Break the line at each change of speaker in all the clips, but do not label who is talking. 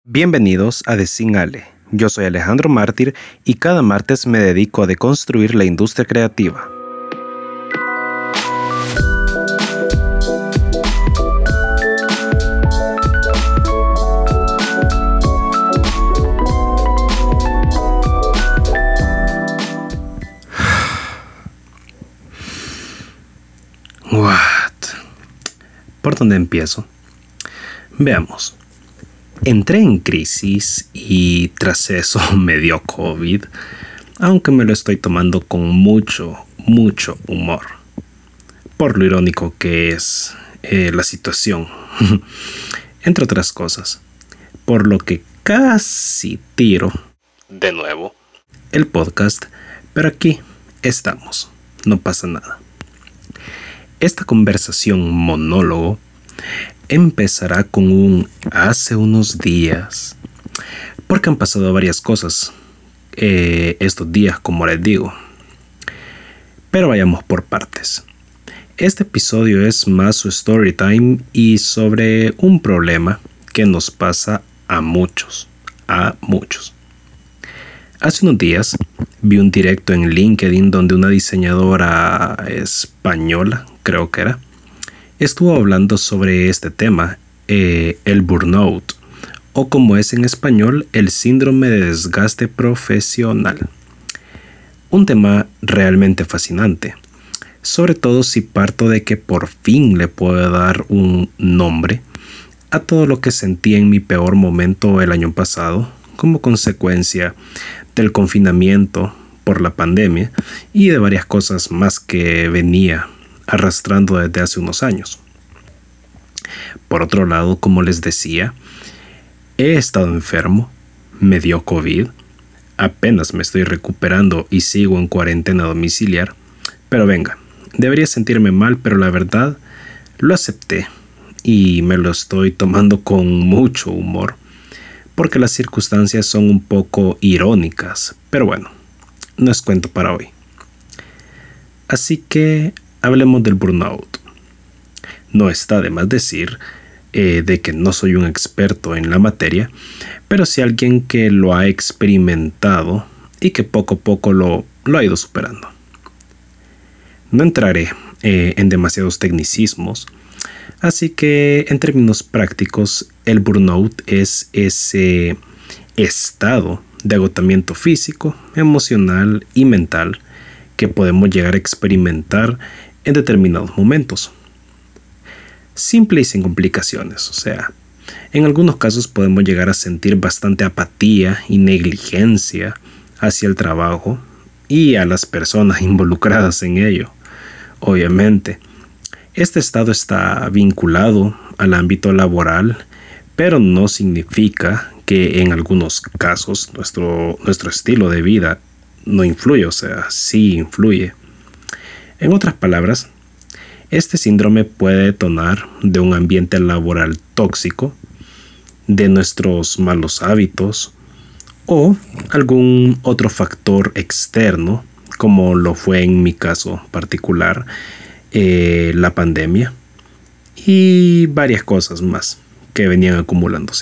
Bienvenidos a Desingale. Yo soy Alejandro Mártir y cada martes me dedico a deconstruir la industria creativa. ¿Por dónde empiezo? Veamos. Entré en crisis y tras eso me dio COVID, aunque me lo estoy tomando con mucho humor, por lo irónico que es la situación, entre otras cosas, por lo que casi tiro, de nuevo, el podcast, pero aquí estamos, no pasa nada. Esta conversación monólogo empezará con un hace unos días, porque han pasado varias cosas estos días, como les digo. Pero vayamos por partes. Este episodio es más su story time y sobre un problema que nos pasa a muchos. Hace unos días vi un directo en LinkedIn donde una diseñadora española, creo que era, estuvo hablando sobre este tema, el burnout, o como es en español, el síndrome de desgaste profesional. Un tema realmente fascinante, sobre todo si parto de que por fin le puedo dar un nombre a todo lo que sentí en mi peor momento el año pasado, como consecuencia del confinamiento por la pandemia y de varias cosas más que venía arrastrando desde hace unos años. Por otro lado, como les decía, he estado enfermo, me dio COVID, apenas me estoy recuperando y sigo en cuarentena domiciliar, pero venga, debería sentirme mal, pero la verdad lo acepté y me lo estoy tomando con mucho humor, porque las circunstancias son un poco irónicas, pero bueno, no es cuento para hoy. Así que hablemos del burnout. No está de más decir de que no soy un experto en la materia, pero sí alguien que lo ha experimentado y que poco a poco lo ha ido superando. No entraré en demasiados tecnicismos, así que en términos prácticos, el burnout es ese estado de agotamiento físico, emocional y mental que podemos llegar a experimentar en determinados momentos. Simple y sin complicaciones, o sea, en algunos casos podemos llegar a sentir bastante apatía y negligencia hacia el trabajo y a las personas involucradas en ello. Obviamente, este estado está vinculado al ámbito laboral, pero no significa que en algunos casos nuestro estilo de vida no influye, o sea, sí influye. En otras palabras, este síndrome puede detonar de un ambiente laboral tóxico, de nuestros malos hábitos o algún otro factor externo, como lo fue en mi caso particular, la pandemia y varias cosas más que venían acumulándose.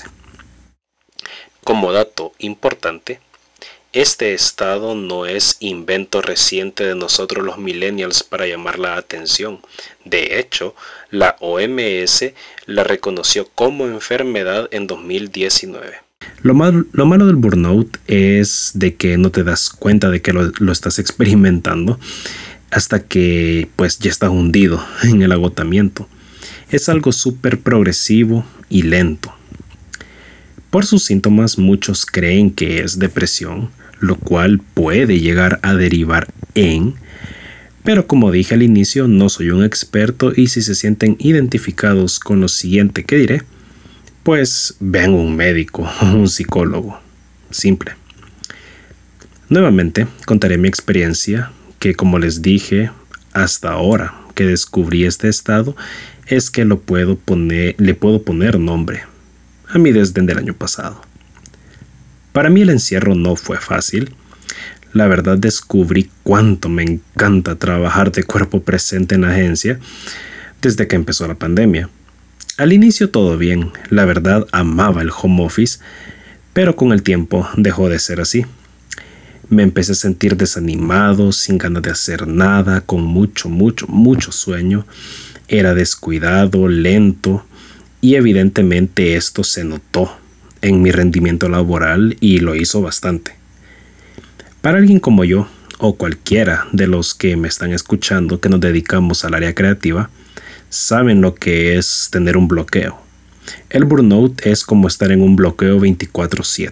Como dato importante, este estado no es invento reciente de nosotros los millennials para llamar la atención. De hecho, la OMS la reconoció como enfermedad en 2019. Lo malo del burnout es de que no te das cuenta de que lo estás experimentando hasta que pues ya estás hundido en el agotamiento. Es algo súper progresivo y lento. Por sus síntomas, muchos creen que es depresión, lo cual puede llegar a derivar en, pero como dije al inicio, no soy un experto y si se sienten identificados con lo siguiente que diré, pues vean un médico o un psicólogo. Simple. Nuevamente contaré mi experiencia, que como les dije, hasta ahora que descubrí este estado, es que le puedo poner nombre a mí desde el año pasado. Para mí el encierro no fue fácil. La verdad descubrí cuánto me encanta trabajar de cuerpo presente en la agencia desde que empezó la pandemia. Al inicio todo bien, la verdad amaba el home office, Pero con el tiempo dejó de ser así. Me empecé a sentir desanimado, sin ganas de hacer nada, con mucho sueño. Era descuidado, lento y evidentemente esto se notó en mi rendimiento laboral y lo hizo bastante. Para alguien como yo, o cualquiera de los que me están escuchando que nos dedicamos al área creativa, saben lo que es tener un bloqueo. El burnout es como estar en un bloqueo 24/7.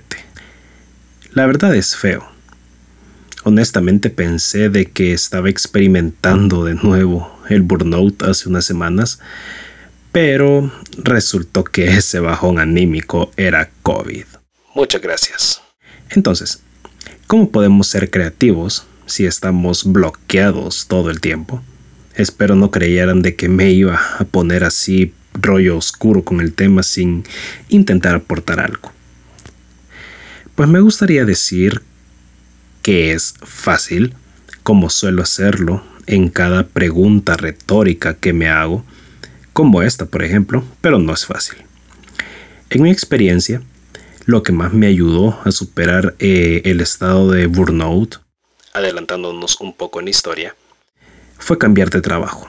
La verdad es feo. Honestamente pensé de que estaba experimentando de nuevo el burnout hace unas semanas, pero resultó que ese bajón anímico era COVID. Muchas gracias. Entonces, ¿cómo podemos ser creativos si estamos bloqueados todo el tiempo? Espero no creyeran de que me iba a poner así rollo oscuro con el tema sin intentar aportar algo. Pues me gustaría decir que es fácil, como suelo hacerlo en cada pregunta retórica que me hago, como esta por ejemplo, pero no es fácil. En mi experiencia, lo que más me ayudó a superar el estado de burnout, adelantándonos un poco en la historia, fue cambiar de trabajo.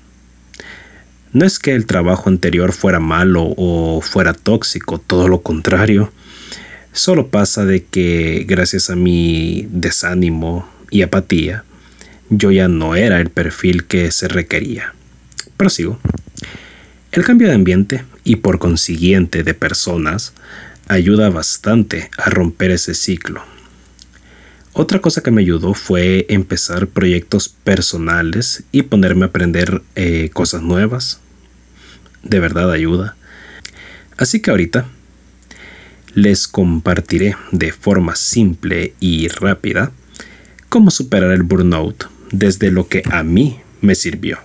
No es que el trabajo anterior fuera malo o fuera tóxico, todo lo contrario. Solo pasa de que gracias a mi desánimo y apatía, yo ya no era el perfil que se requería. Prosigo. El cambio de ambiente y por consiguiente de personas ayuda bastante a romper ese ciclo. Otra cosa que me ayudó fue empezar proyectos personales y ponerme a aprender cosas nuevas. De verdad ayuda. Así que ahorita les compartiré de forma simple y rápida cómo superar el burnout desde lo que a mí me sirvió.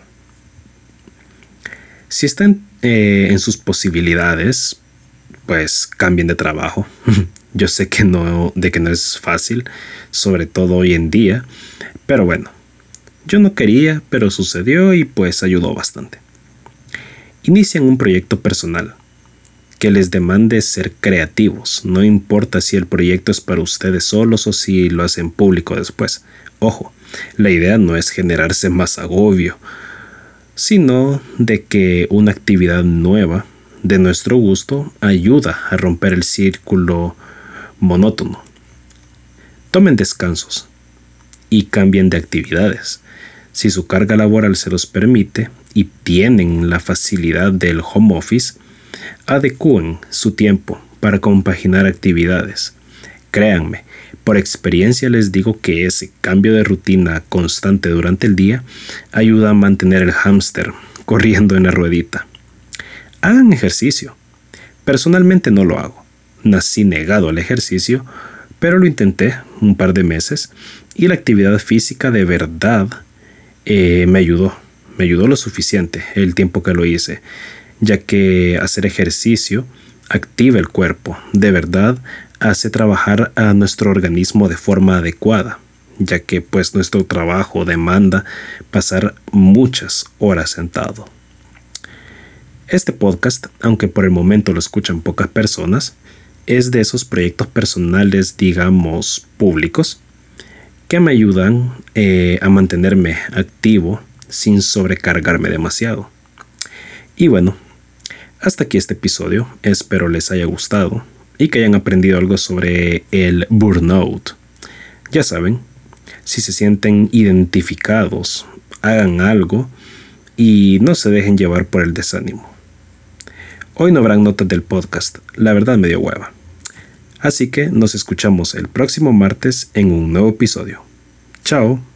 Si están en sus posibilidades, pues cambien de trabajo. Yo sé que no es fácil, sobre todo hoy en día, pero bueno, yo no quería, pero sucedió y pues ayudó bastante. Inician un proyecto personal que les demande ser creativos. No importa si el proyecto es para ustedes solos o si lo hacen público después. Ojo, la idea no es generarse más agobio, sino de que una actividad nueva de nuestro gusto ayuda a romper el círculo monótono. Tomen descansos y cambien de actividades. Si su carga laboral se los permite y tienen la facilidad del home office, adecúen su tiempo para compaginar actividades. Créanme, por experiencia les digo que ese cambio de rutina constante durante el día ayuda a mantener el hámster corriendo en la ruedita. Hagan ejercicio. Personalmente no lo hago. Nací negado al ejercicio, pero lo intenté un par de meses y la actividad física de verdad me ayudó lo suficiente el tiempo que lo hice, ya que hacer ejercicio activa el cuerpo, de verdad hace trabajar a nuestro organismo de forma adecuada, ya que pues nuestro trabajo demanda pasar muchas horas sentado. Este podcast, aunque por el momento lo escuchan pocas personas, es de esos proyectos personales, digamos, públicos, que me ayudan a mantenerme activo sin sobrecargarme demasiado. Y bueno, hasta aquí este episodio. Espero les haya gustado y que hayan aprendido algo sobre el burnout. Ya saben, si se sienten identificados, hagan algo y no se dejen llevar por el desánimo. Hoy no habrán notas del podcast, la verdad me dio hueva. Así que nos escuchamos el próximo martes en un nuevo episodio. Chao.